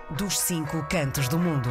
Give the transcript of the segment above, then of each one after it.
dos 5 cantos do mundo.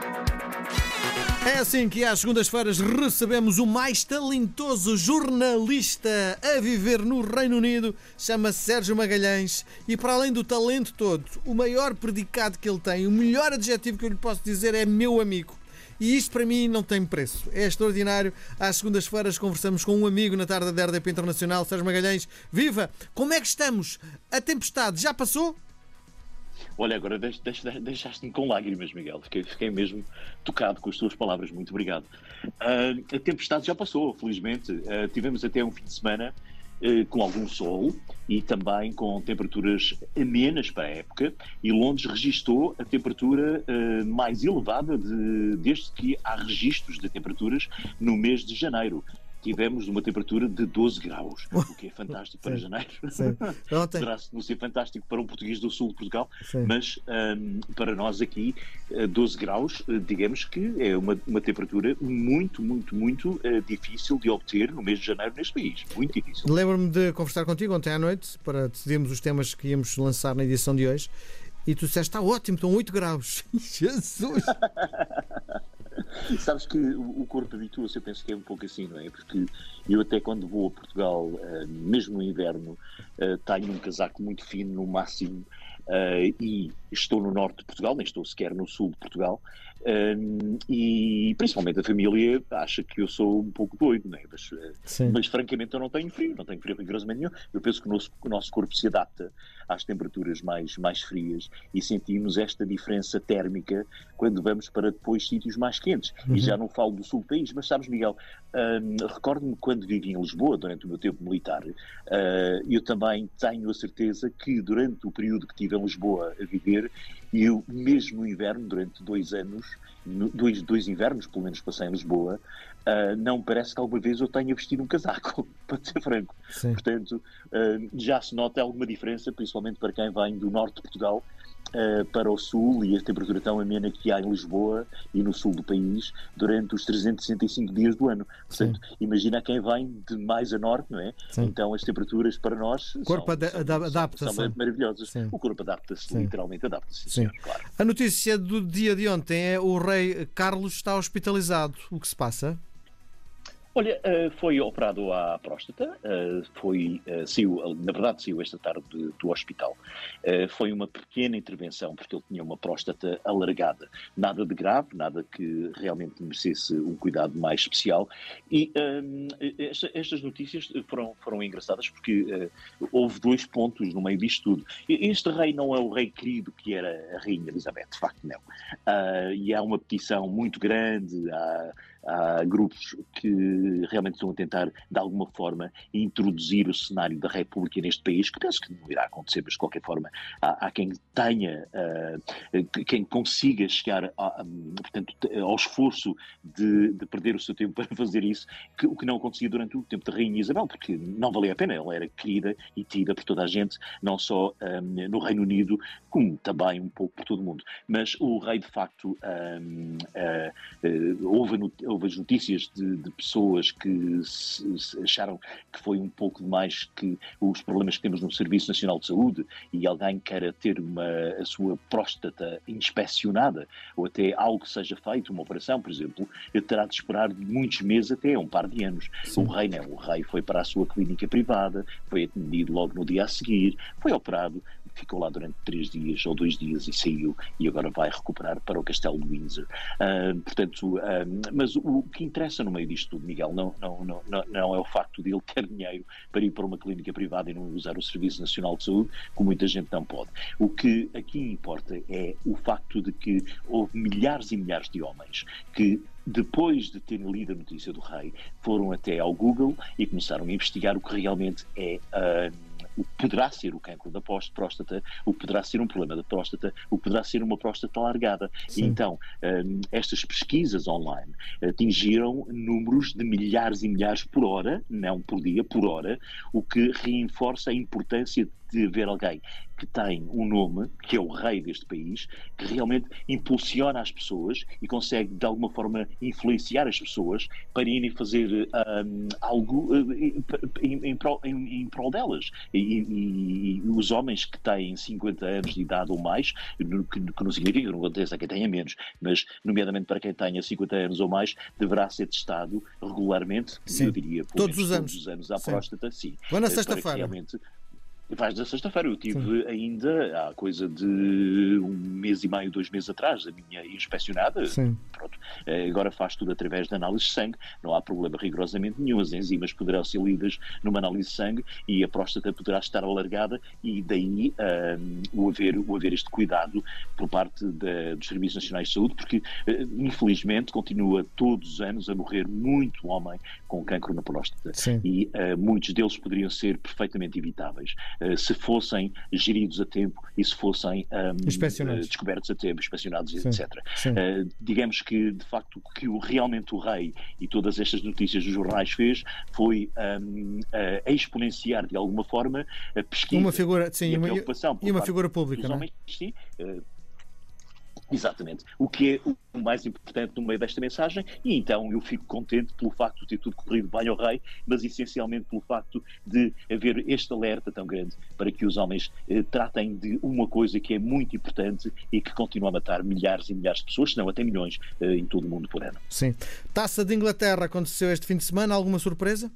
É assim que às segundas-feiras recebemos o mais talentoso jornalista a viver no Reino Unido, chama-se Sérgio Magalhães, e para além do talento todo, o maior predicado que ele tem, o melhor adjetivo que eu lhe posso dizer é meu amigo. E isto para mim não tem preço. É extraordinário. Às segundas-feiras conversamos com um amigo na tarde da RDP Internacional. Sérgio Magalhães, viva! Como é que estamos? A tempestade já passou? Olha, agora deixaste-me com lágrimas, Miguel. Fiquei mesmo tocado com as tuas palavras. Muito obrigado. A tempestade já passou, felizmente. Tivemos até um fim de semana com algum sol e também com temperaturas amenas para a época. E Londres registou a temperatura mais elevada desde que há registros de temperaturas no mês de janeiro. Tivemos uma temperatura de 12 graus, o que é fantástico para janeiro. Poderá não ser fantástico para um português do sul de Portugal, mas para nós aqui, 12 graus, digamos que é uma temperatura muito, muito, muito difícil de obter no mês de janeiro neste país. Muito difícil. Lembro-me de conversar contigo ontem à noite para decidirmos os temas que íamos lançar na edição de hoje e tu disseste, está ótimo, estão 8 graus. Jesus! Sabes que o corpo habitua-se, eu penso que é um pouco assim, não é? Porque eu até quando vou a Portugal, mesmo no inverno, tenho um casaco muito fino no máximo e estou no norte de Portugal, nem estou sequer no sul de Portugal, e principalmente a família acha que eu sou um pouco doido, não é? Mas francamente eu não tenho frio rigorosamente nenhum. Eu penso que o nosso corpo se adapta às temperaturas mais frias e sentimos esta diferença térmica quando vamos para depois sítios mais quentes. E já não falo do sul do país, mas sabes, Miguel, recordo-me quando vivi em Lisboa durante o meu tempo militar, eu também tenho a certeza que durante o período que estive em Lisboa a viver, eu mesmo no inverno, durante 2 anos, dois invernos pelo menos passei em Lisboa, não parece que alguma vez eu tenha vestido um casaco, para ser franco. Portanto, já se nota alguma diferença, principalmente para quem vem do norte de Portugal para o sul, e a temperatura tão amena que há em Lisboa e no sul do país durante os 365 dias do ano. Portanto, imagina quem vem de mais a norte, não é? Então as temperaturas para nós são maravilhosas. O corpo adapta-se, literalmente adapta-se. Senhor, claro. A notícia do dia de ontem é o rei Carlos está hospitalizado. O que se passa? Olha, foi operado à próstata, na verdade saiu esta tarde do hospital. Foi uma pequena intervenção porque ele tinha uma próstata alargada. Nada de grave, nada que realmente merecesse um cuidado mais especial. E estas notícias foram engraçadas porque houve 2 pontos no meio disto tudo. Este rei não é o rei querido que era a rainha Elizabeth, de facto não. E há uma petição muito grande, há grupos que realmente estão a tentar, de alguma forma, introduzir o cenário da República neste país, que penso que não irá acontecer, mas de qualquer forma há quem tenha, quem consiga chegar portanto, ao esforço de perder o seu tempo para fazer isso, o que não acontecia durante o tempo da Rainha Isabel, porque não valia a pena, ela era querida e tida por toda a gente, não só no Reino Unido, como também um pouco por todo o mundo. Mas o rei, de facto, houve as notícias de pessoas que acharam que foi um pouco demais que os problemas que temos no Serviço Nacional de Saúde e alguém queira ter a sua próstata inspecionada ou até algo que seja feito, uma operação, por exemplo, terá de esperar muitos meses até um par de anos. O rei não, o rei foi para a sua clínica privada, foi atendido logo no dia a seguir, foi operado, ficou lá durante 3 dias ou 2 dias e saiu e agora vai recuperar para o Castelo de Windsor. Mas o que interessa no meio disto tudo, Miguel, não é o facto de ele ter dinheiro para ir para uma clínica privada e não usar o Serviço Nacional de Saúde, como muita gente não pode. O que aqui importa é o facto de que houve milhares e milhares de homens que, depois de terem lido a notícia do rei, foram até ao Google e começaram a investigar o que realmente é o que poderá ser o cancro da próstata, o que poderá ser um problema da próstata, o que poderá ser uma próstata alargada. E então, estas pesquisas online atingiram números de milhares e milhares por hora, não por dia, por hora, o que reforça a importância de de haver alguém que tem um nome, que é o rei deste país, que realmente impulsiona as pessoas e consegue de alguma forma influenciar as pessoas para irem fazer algo em prol delas. E os homens que têm 50 anos de idade ou mais, que não significa que não aconteça a quem tenha menos, mas nomeadamente para quem tenha 50 anos ou mais, deverá ser testado regularmente, sim, eu diria, todos os anos à próstata, sim. Vou na sexta-feira. Vais na sexta-feira. Eu tive ainda há coisa de 1 mês e meio, 2 meses atrás, a minha inspecionada. Sim. Pronto. Agora faz tudo através de análise de sangue, não há problema rigorosamente nenhum. As enzimas poderão ser lidas numa análise de sangue e a próstata poderá estar alargada, e daí o haver este cuidado por parte dos Serviços Nacionais de Saúde, porque infelizmente continua todos os anos a morrer muito homem com cancro na próstata. Sim. E muitos deles poderiam ser perfeitamente evitáveis. Se fossem geridos a tempo e se fossem descobertos a tempo, inspecionados, etc. Digamos que, de facto, o que realmente o rei e todas estas notícias dos jornais fez foi exponenciar, de alguma forma, a pesquisa uma figura, sim, e a preocupação e uma figura pública, não é? Homens, sim, exatamente. O que é o mais importante no meio desta mensagem, e então eu fico contente pelo facto de ter tudo corrido bem ao rei, mas essencialmente pelo facto de haver este alerta tão grande para que os homens tratem de uma coisa que é muito importante e que continua a matar milhares e milhares de pessoas, se não até milhões, em todo o mundo por ano. Sim. Taça de Inglaterra aconteceu este fim de semana, alguma surpresa?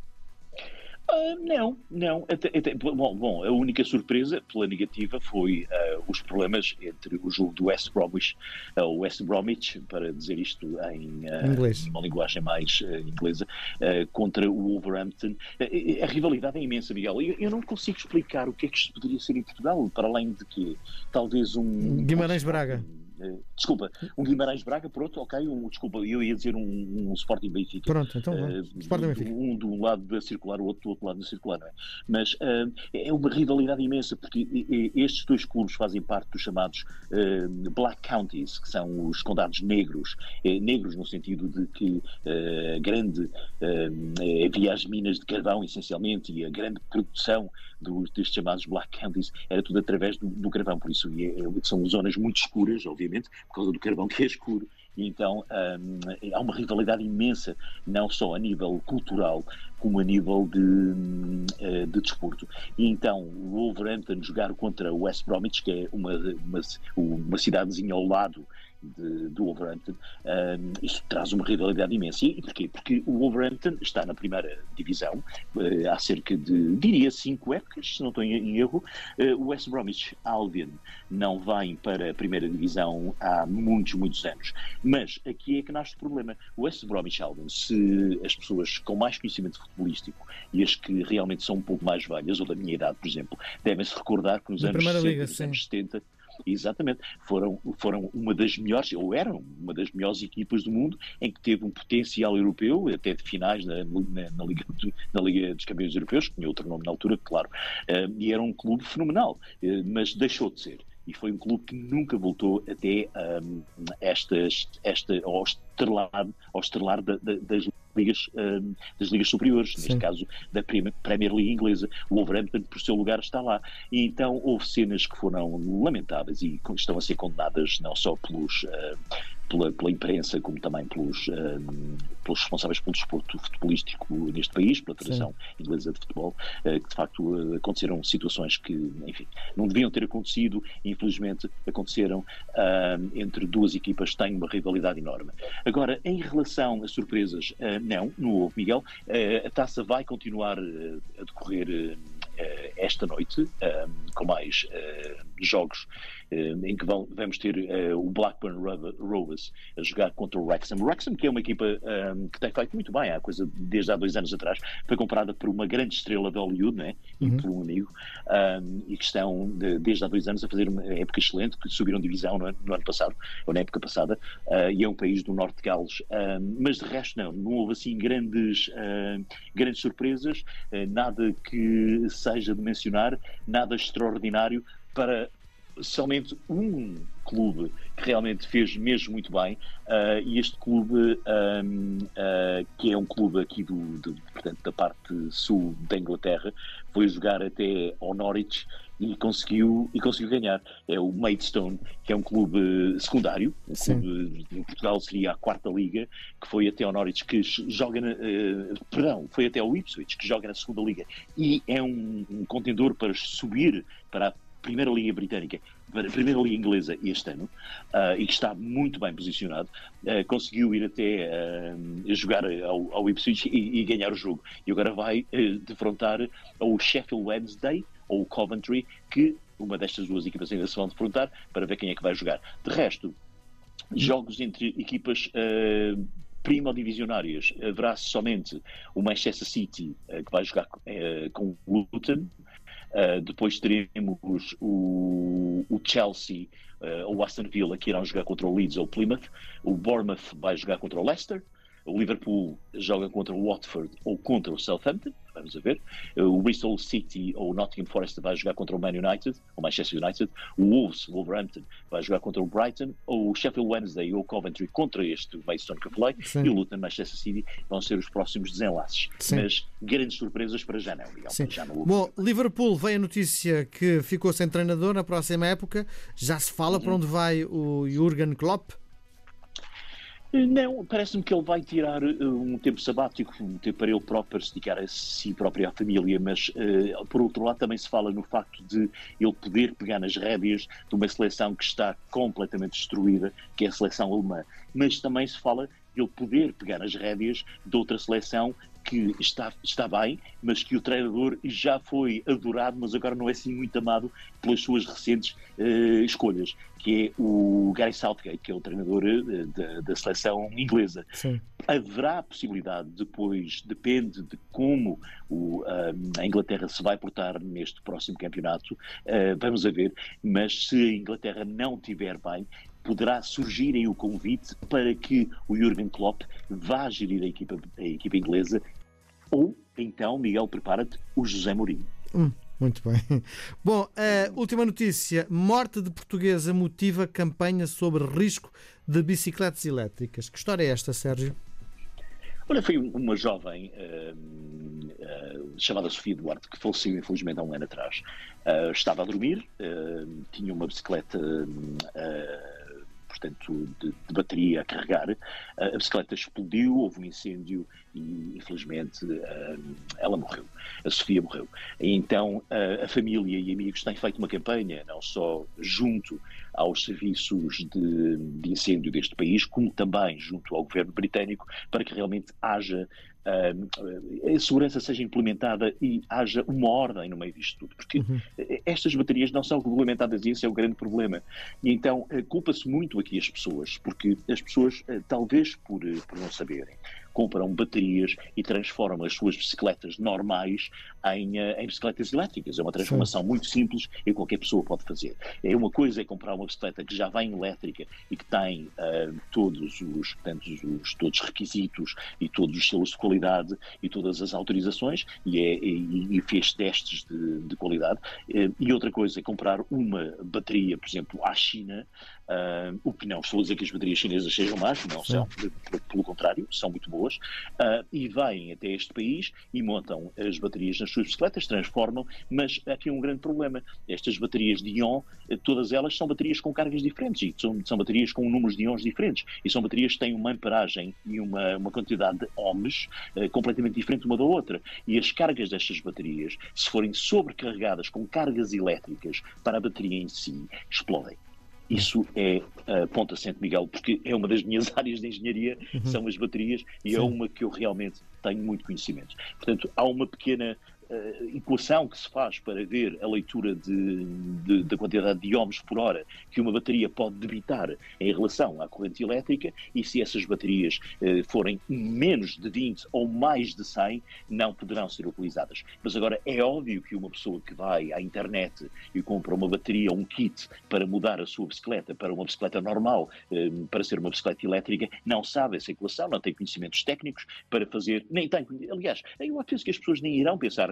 Não. Bom, a única surpresa pela negativa foi os problemas entre o jogo do West Bromwich, para dizer isto em uma linguagem mais inglesa, contra o Wolverhampton. A rivalidade é imensa, Miguel. Eu não consigo explicar o que é que isto poderia ser em Portugal, para além de que talvez Guimarães-Braga. Desculpa, um Guimarães-Braga, pronto, ok, desculpa, eu ia dizer um Sporting Benfica. Pronto, então Sporting Benfica. Um do lado da circular, o outro do outro lado da circular, não é? Mas é uma rivalidade imensa, porque estes dois clubes fazem parte dos chamados Black Counties, que são os condados negros. Negros no sentido de que havia as minas de carvão, essencialmente, e a grande produção destes chamados Black Counties era tudo através do carvão, por isso são zonas muito escuras, obviamente, por causa do carvão que é escuro, e então há uma rivalidade imensa, não só a nível cultural, como a nível de desporto. E então o Wolverhampton jogar contra o West Bromwich, que é uma cidadezinha ao lado do Wolverhampton, isto traz uma rivalidade imensa. E porquê? Porque o Wolverhampton está na primeira divisão há cerca de, diria, 5 épocas, se não estou em erro. O West Bromwich Albion não vem para a primeira divisão há muitos anos. Mas aqui é que nasce o problema. O West Bromwich Albion, se as pessoas com mais conhecimento futebolístico e as que realmente são um pouco mais velhas, ou da minha idade, por exemplo, devem-se recordar que nos anos 60, nos anos 70, exatamente, foram uma das melhores, ou eram uma das melhores equipas do mundo, em que teve um potencial europeu, até de finais na Liga dos Campeões Europeus, que tinha outro nome na altura, claro, e era um clube fenomenal, mas deixou de ser. E foi um clube que nunca voltou até ao estrelar das ligas superiores, neste caso da Premier League inglesa. O Wolverhampton, por seu lugar, está lá. E então houve cenas que foram lamentáveis e estão a ser condenadas não só pela imprensa, como também pelos responsáveis pelo desporto futebolístico neste país, pela Federação Inglesa de Futebol, que de facto aconteceram situações que, enfim, não deviam ter acontecido e infelizmente aconteceram entre duas equipas que têm uma rivalidade enorme. Agora, em relação a surpresas, não houve, Miguel. A taça vai continuar a decorrer esta noite, com mais jogos, em que vamos ter o Blackburn Rovers a jogar contra o Wrexham. O Wrexham, que é uma equipa que tem feito muito bem, desde há 2 anos atrás, foi comprada por uma grande estrela de Hollywood, né? E por um amigo, e que estão desde há 2 anos a fazer uma época excelente, que subiram divisão no ano passado, ou na época passada, e é um país do norte de Gales. Mas de resto não houve assim grandes surpresas, nada que seja de mencionar, nada extraordinário, para somente um clube que realmente fez mesmo muito bem, e este clube, que é um clube aqui portanto, da parte sul da Inglaterra, foi jogar até ao Norwich e conseguiu ganhar. É o Maidstone, que é um clube secundário, clube de Portugal seria a quarta liga, que foi até ao Norwich, que joga foi até ao Ipswich, que joga na segunda liga, e é um contendor para subir para a Primeira Liga Britânica, para a Primeira Liga Inglesa este ano, e que está muito bem posicionado. Conseguiu ir até jogar ao Ipswich e ganhar o jogo. E agora vai defrontar o Sheffield Wednesday, ou o Coventry, que uma destas duas equipas ainda se vão defrontar, para ver quem é que vai jogar. De resto, jogos entre equipas primo-divisionárias, haverá somente o Manchester City, que vai jogar com o Luton. Depois teremos o Chelsea ou o Aston Villa, que irão jogar contra o Leeds ou o Plymouth. O Bournemouth vai jogar contra o Leicester. O Liverpool joga contra o Watford ou contra o Southampton, vamos a ver. O Bristol City ou o Nottingham Forest vai jogar contra o Man United, ou Manchester United. O Wolverhampton, vai jogar contra o Brighton. Ou o Sheffield Wednesday ou o Coventry contra este Maidstone que eu falei. Sim. E o Luton, Manchester City vão ser os próximos desenlaces. Sim. Mas grandes surpresas para já não, Miguel. Já não. Bom, Liverpool, veio a notícia que ficou sem treinador na próxima época. Já se fala para onde vai o Jürgen Klopp? Não, parece-me que ele vai tirar um tempo sabático, um tempo para ele próprio, se dedicar a si próprio e à família, mas por outro lado também se fala no facto de ele poder pegar nas rédeas de uma seleção que está completamente destruída, que é a seleção alemã. Mas também se fala de ele poder pegar nas rédeas de outra seleção que está bem, mas que o treinador já foi adorado, mas agora não é assim muito amado pelas suas recentes escolhas, que é o Gary Southgate, que é o treinador da seleção inglesa. Sim. Haverá a possibilidade depois, depende de como a Inglaterra se vai portar neste próximo campeonato, vamos a ver, mas se a Inglaterra não estiver bem, poderá surgir aí o convite para que o Jürgen Klopp vá gerir a equipa inglesa, ou então, Miguel, prepara-te, o José Mourinho. Muito bem. Bom, última notícia. Morte de portuguesa motiva campanha sobre risco de bicicletas elétricas. Que história é esta, Sérgio? Olha, foi uma jovem chamada Sofia Duarte, que faleceu infelizmente há um ano atrás. Estava a dormir, tinha uma bicicleta portanto, de bateria a carregar. A bicicleta explodiu, houve um incêndio e, infelizmente, ela morreu. A Sofia morreu. E então, a família e amigos têm feito uma campanha, não só junto aos serviços de incêndio deste país, como também junto ao governo britânico, para que realmente haja a segurança seja implementada e haja uma ordem no meio disto tudo, porque estas baterias não são regulamentadas e esse é o grande problema. E então culpa-se muito aqui as pessoas, porque as pessoas, talvez por não saberem, compram baterias e transformam as suas bicicletas normais em bicicletas elétricas. É uma transformação muito simples e qualquer pessoa pode fazer. É uma coisa é comprar uma bicicleta que já vem elétrica e que tem todos os requisitos e todos os selos de qualidade e todas as autorizações e fez testes de qualidade. E outra coisa é comprar uma bateria, por exemplo, à China, o que não estou a dizer que as baterias chinesas sejam más, não são, pelo contrário, são muito boas, e vêm até este país e montam as baterias nas suas bicicletas, transformam, mas aqui é um grande problema. Estas baterias de íon, todas elas são baterias com cargas diferentes e são baterias com números de íons diferentes e são baterias que têm uma amperagem e uma quantidade de ohms completamente diferente uma da outra. E as cargas destas baterias, se forem sobrecarregadas com cargas elétricas para a bateria em si, explodem. Isso é ponto assente, Miguel, porque é uma das minhas áreas de engenharia, são as baterias, e é uma que eu realmente tenho muito conhecimento. Portanto, há uma pequena equação que se faz para ver a leitura da quantidade de ohms por hora que uma bateria pode debitar em relação à corrente elétrica, e se essas baterias forem menos de 20 ou mais de 100, não poderão ser utilizadas. Mas agora é óbvio que uma pessoa que vai à internet e compra uma bateria ou um kit para mudar a sua bicicleta para uma bicicleta normal, para ser uma bicicleta elétrica, não sabe essa equação, não tem conhecimentos técnicos para fazer, nem tem, aliás, eu penso que as pessoas nem irão pensar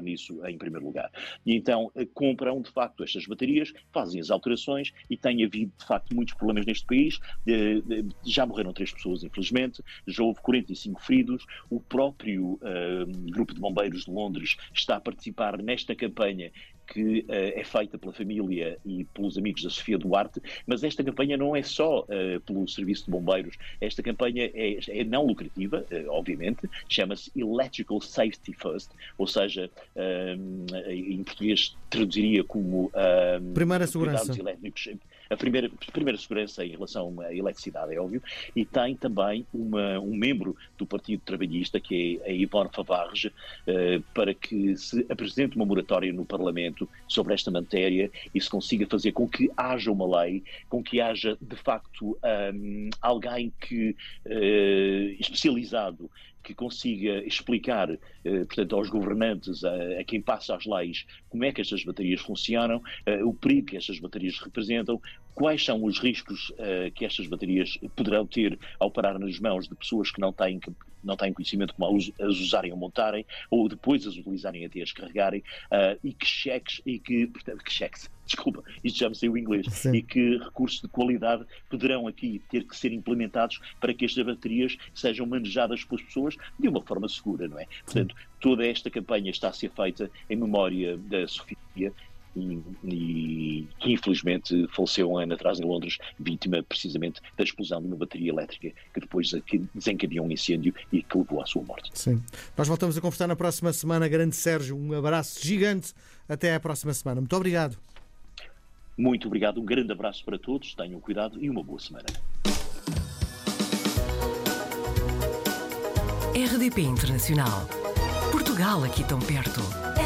pensar nisso em primeiro lugar. E então compram, de facto, estas baterias, fazem as alterações e tem havido, de facto, muitos problemas neste país. Já morreram 3 pessoas, infelizmente, já houve 45 feridos. O próprio Grupo de Bombeiros de Londres está a participar nesta campanha que é feita pela família e pelos amigos da Sofia Duarte, mas esta campanha não é só pelo Serviço de Bombeiros. Esta campanha é não lucrativa, obviamente, chama-se Electrical Safety First, ou seja, em português traduziria como primeira segurança. Elétricos, a primeira segurança em relação à eletricidade, é óbvio, e tem também um membro do Partido Trabalhista, que é a Yvonne Favarge, para que se apresente uma moratória no Parlamento sobre esta matéria e se consiga fazer com que haja uma lei, com que haja, de facto, alguém que especializado que consiga explicar, portanto, aos governantes, a quem passa as leis, como é que estas baterias funcionam, o perigo que estas baterias representam, quais são os riscos que estas baterias poderão ter ao parar nas mãos de pessoas que não têm conhecimento como as usarem ou montarem, ou depois as utilizarem até as carregarem, e que cheques, desculpa, isto já me saiu em inglês, sim, e que recursos de qualidade poderão aqui ter que ser implementados para que estas baterias sejam manejadas pelas pessoas de uma forma segura, não é? Portanto, toda esta campanha está a ser feita em memória da Sofia, e que infelizmente faleceu um ano atrás em Londres, vítima precisamente da explosão de uma bateria elétrica que depois desencadeou um incêndio e que levou à sua morte. Sim. Nós voltamos a conversar na próxima semana. Grande Sérgio, um abraço gigante. Até à próxima semana. Muito obrigado. Muito obrigado. Um grande abraço para todos. Tenham cuidado e uma boa semana. RDP Internacional. Portugal aqui tão perto.